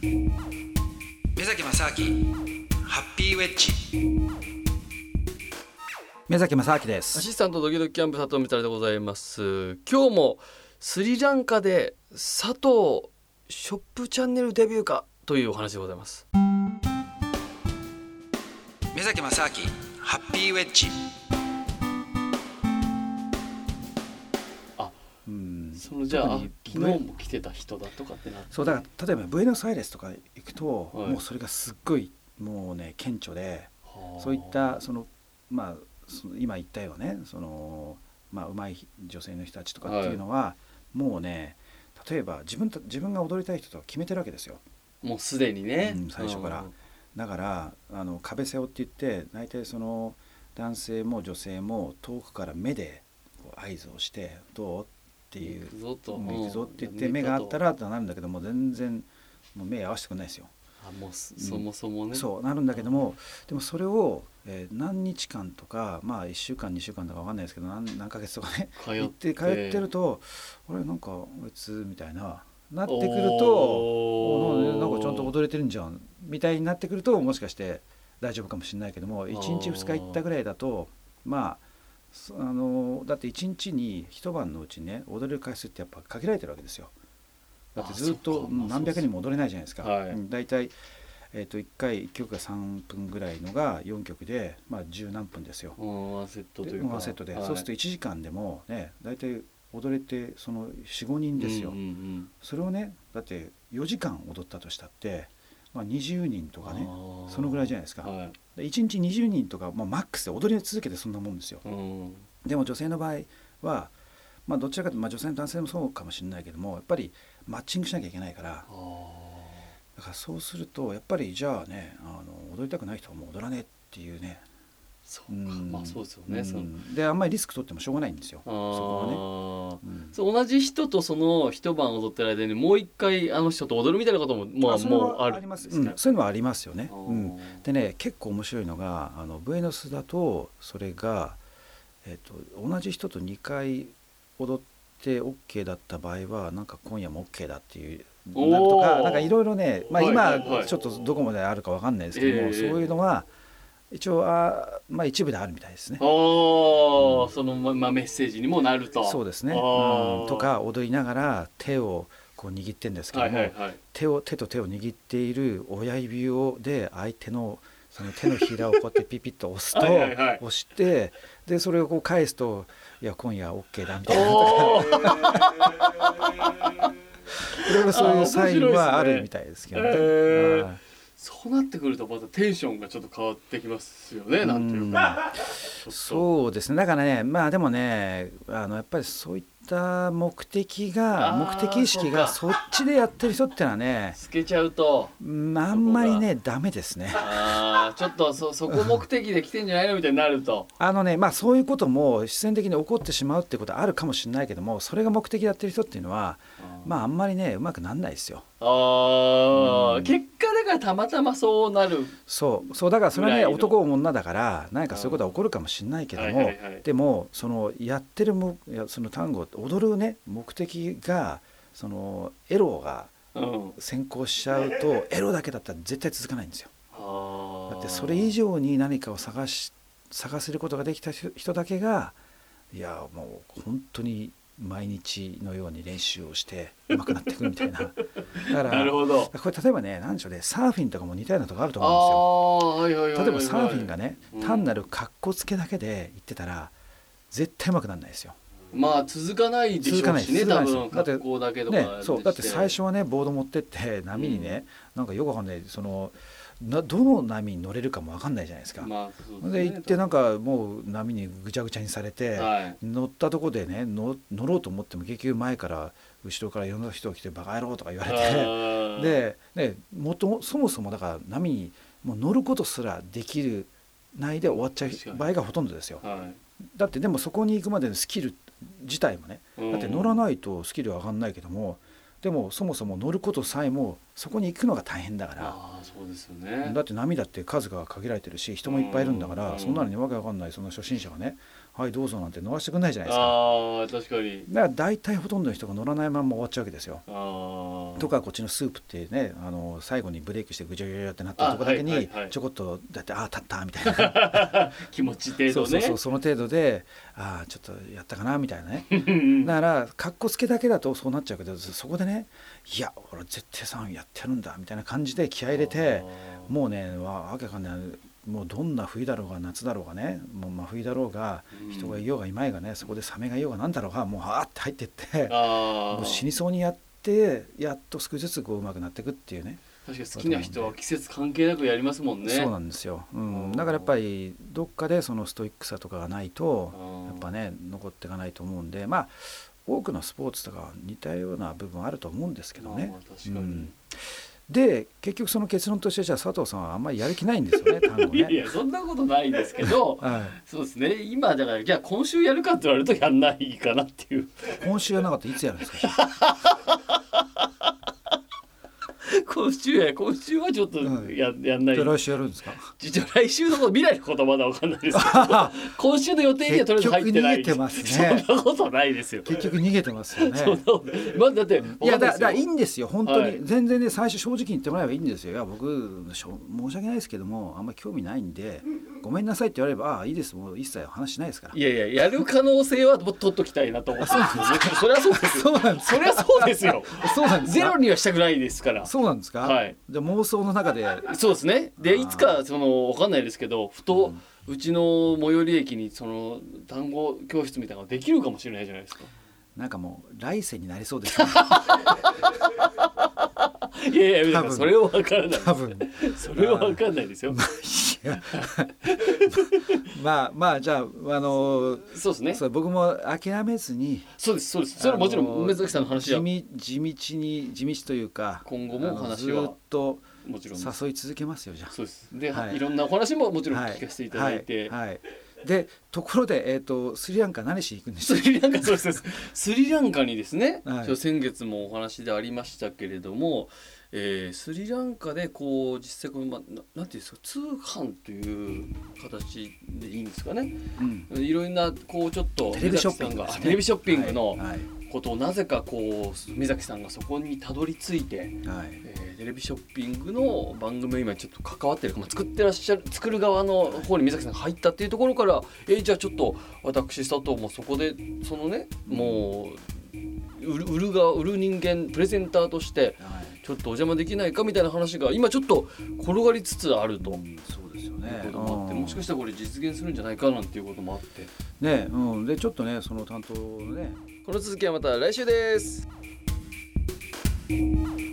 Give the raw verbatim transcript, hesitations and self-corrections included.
目崎正明ハッピーウェッジ。目崎正明です。 アシスタントドキドキキャンプ佐藤美太でございます。今日もスリランカで佐藤ショップチャンネルデビューかというお話でございます。 目崎正明ハッピーウェッジ。 あ、うん、そのじゃあ昨日も来てた人だとかってなって、 そうだから例えばブエノスアイレスとか行くと、 はい、 もうそれがすっごいもうね顕著で、そういったそのまあその今言ったようね、そのまあ上手い女性の人たちとかっていうのは、はい、もうね例えば自分と自分が踊りたい人と決めてるわけですよ。 もうすでにね、 うん、最初から。だからあの壁背負って言って大体その男性も女性も遠くから目でこう合図をしてどうっていう行くぞと、 行くぞって言って目があったらとなるんだけども、全然もう目合わせてくれないですよ。 あ、もうそもそもね、 うん、そうなるんだけども、でもそれを、えー、何日間とかまあいっしゅうかんにしゅうかんとか分かんないですけど 何, 何ヶ月とかね通って行って通ってるとあれなんかあいつみたいななってくるとなんかちゃんと踊れてるんじゃんみたいになってくるともしかして大丈夫かもしれないけども、いちにちふつか行ったぐらいだとまああのだっていちにちに一晩のうちね踊れる回数ってやっぱ限られてるわけですよ。だってずっと何百人も踊れないじゃないですか。 はい、 だいたいえー、といっかいいっきょくがさんぷんぐらいのがよんきょくで、まあ、じゅうなんぷんですよ。 ワンセットというかワンセットで、 はい、 そうするといちじかんでもねだいたい踊れてその よん,ご 人ですよ、 うんうんうん、 それをねだってよじかん踊ったとしたって、まあ、にじゅうにんとかねそのぐらいじゃないですか、はい、いちにちにじゅうにんとか、まあ、マックスで踊り続けてそんなもんですよ、うん、でも女性の場合は、まあ、どちらかというと、まあ、女性の男性もそうかもしれないけどもやっぱりマッチングしなきゃいけないから、だからそうするとやっぱりじゃあねあの踊りたくない人はもう踊らねえっていうね。 そうか、うん、まあそうですよね、うん、 そのであんまりリスク取ってもしょうがないんですよ、そこはね、 うん、そう同じ人とその一晩踊ってる間にもう一回あの人と踊るみたいなことも、まあ、もうあるあります、うん、そういうのはありますよね、うん、でね結構面白いのがあのブエノスだとそれが、えー、と同じ人とにかい踊って OK だった場合はなんか今夜も OK だっていうなるとかなんかいろいろね、まあ、今ちょっとどこまであるか分かんないですけども、はいはいはい、そういうのは一応あ、まあ、一部であるみたいですね。 お、うん、その、まあ、メッセージにもなると。 そうですね、うん、とか踊りながら手をこう握ってるんですけども、はいはいはい、手を手と手を握っている親指をで相手のその手のひらをこうやってピピッと押すとはいはい、はい、押してでそれをこう返すといや今夜 OK だみたいなとかいろいろそういうサインはあるみたいですけどね。 そうなってくるとまたテンションがちょっと変わってきますよね、なんていうか。 そうですね、だからねまあでもねあのやっぱりそういった目的が目的意識がそっちでやってる人ってのはね透けちゃうとあんまりねダメですね。 あちょっと そ, そこ目的で来てんじゃないのみたいになるとあのねまあそういうことも必然的に起こってしまうってことはあるかもしれないけども、それが目的でやってる人っていうのはまああんまりねうまくなんないですよ。 あ、うん、結果だからたまたまそうなる。 そうそうだからそれはね男女だから何かそういうことは起こるかもしれないけども、はいはいはい、でもそのやってるもその単語踊るね目的がそのエロが先行しちゃうと、うん、エロだけだったら絶対続かないんですよ。だってそれ以上に何かを探し探せることができた人だけがいやもう本当に毎日のように練習をして上手くなっていくみたいな。だからなるほど。 これ例えばね何でしょうねサーフィンとかも似たようなところあると思うんですよ。 はいはいはいはい、 例えばサーフィンがね、うん、単なる格好つけだけで言ってたら絶対上手くならないですよ。 まあ続かないでしょうしね、多分格好だけとかね、そうだって最初はねボード持ってって波にね、うん、なんかよくわかんないそのなどの波に乗れるかも分かんないじゃないですか、まあそうですね、で行ってなんかもう波にぐちゃぐちゃにされて、はい、乗ったとこでね乗ろうと思っても結局前から後ろからいろんな人が来てバカ野郎とか言われてで、ね、もとそもそもだから波にもう乗ることすらできるないで終わっちゃう場合がほとんどですよ、はい、だってでもそこに行くまでのスキル自体もねだって乗らないとスキルは上がんないけどもでもそもそも乗ることさえもそこに行くのが大変だから。 あそうですよね、 だって波だって数が限られてるし人もいっぱいいるんだから、そんなのにわけわかんないその初心者がねはいどうぞなんて乗らせてくれないじゃないですか。 あ確かに。 だから大体ほとんどの人が乗らないまま終わっちゃうわけですよ。 あとかこっちのスープってねあの最後にブレイクしてぐちゃぐちゃってなったとこだけに、はいはいはい、ちょこっとだってああ立ったみたいな気持ち程度ね。 そうそうそうその程度でああちょっとやったかなみたいなねだからかっこつけだけだとそうなっちゃうけどそこでねいや俺絶対さんやってるんだみたいな感じで気合い入れてもうねわけわかんないもうどんな冬だろうが夏だろうがねもう真冬だろうが人がいようがいまいがねそこでサメがいようがなんだろうがもうはーって入ってってもう死にそうにやってやっと少しずつこう上手くなっていくっていうね。 確かに好きな人は季節関係なくやりますもんね。 そうなんですよ、うん、だからやっぱりどっかでそのストイックさとかがないとやっぱね残っていかないと思うんでまあ多くのスポーツとか似たような部分あると思うんですけどね。 確かに、うんで結局その結論としてじゃあ佐藤さんはあんまりやる気ないんですよね単語ね。 いやいやそんなことないんですけど、はい、そうですね今だからじゃあ今週やるかって言われるとやんないかなっていう。 今週やらなかったらいつやるんですか今週や今週はちょっと や,、うん、やんない。 じゃあ来週やるんですか。 じゃあ来週のこと未来のことまだ分かんないですけど今週の予定にはとりあえず入ってない。 結局逃げてますね。 そんなことないですよ。 結局逃げてますよね。 そんなまあだっていやだだからいいんですよ本当に、はい、全然ね最初正直に言ってもらえばいいんですよ。いや僕申し訳ないですけどもあんまり興味ないんでごめんなさいって言われればああいいですもう一切話しないですから。 いやいややる可能性はもっと取っときたいなと思ってそれはそうですよ。 そうなんですそれはそうですよ。 そうなんですゼロにはしたくないですから。 そうなんですか。 はい。 じゃあ妄想の中でそうですね。でいつかその分かんないですけどふと、うん、うちの最寄り駅にその単語教室みたいなのができるかもしれないじゃないですか。 なんかもう来世になりそうですねいやいやそれは分からない多分それは分かんないですよまあまあじゃああのそうですねそう僕も諦めずにそうですそうですそれはもちろん梅崎さんの話は地道に地道というか今後も話はずっともちろん誘い続けますよじゃあ。 そうですで、はい、いろんなお話ももちろん聞かせていただいて、 はいはいはいでところで、えーと、スリランカ何しに行くんですか。 スリランカそうですスリランカにですね、 はい、 先月もお話でありましたけれども、えー、スリランカでこう実際この、ま、ななんていうんですか通販という形でいいんですかね、うん、いろんなこうちょっとテレビショッピング、ね、 テレビショッピングの、 はいはいことをなぜかこう水崎さんがそこにたどり着いて、 はいえー、テレビショッピングの番組を今ちょっと関わってる、まあ、作ってらっしゃる作る側の方に水崎さんが入ったっていうところから、えー、じゃあちょっと私佐藤もそこでそのねもう売る、売る側売る人間プレゼンターとしてちょっとお邪魔できないかみたいな話が今ちょっと転がりつつあると、うん、 そうですよね。 いうこともあって、もしかしたらこれ実現するんじゃないかなんていうこともあってね、うん、でちょっとねその担当のねこの続きはまた来週です。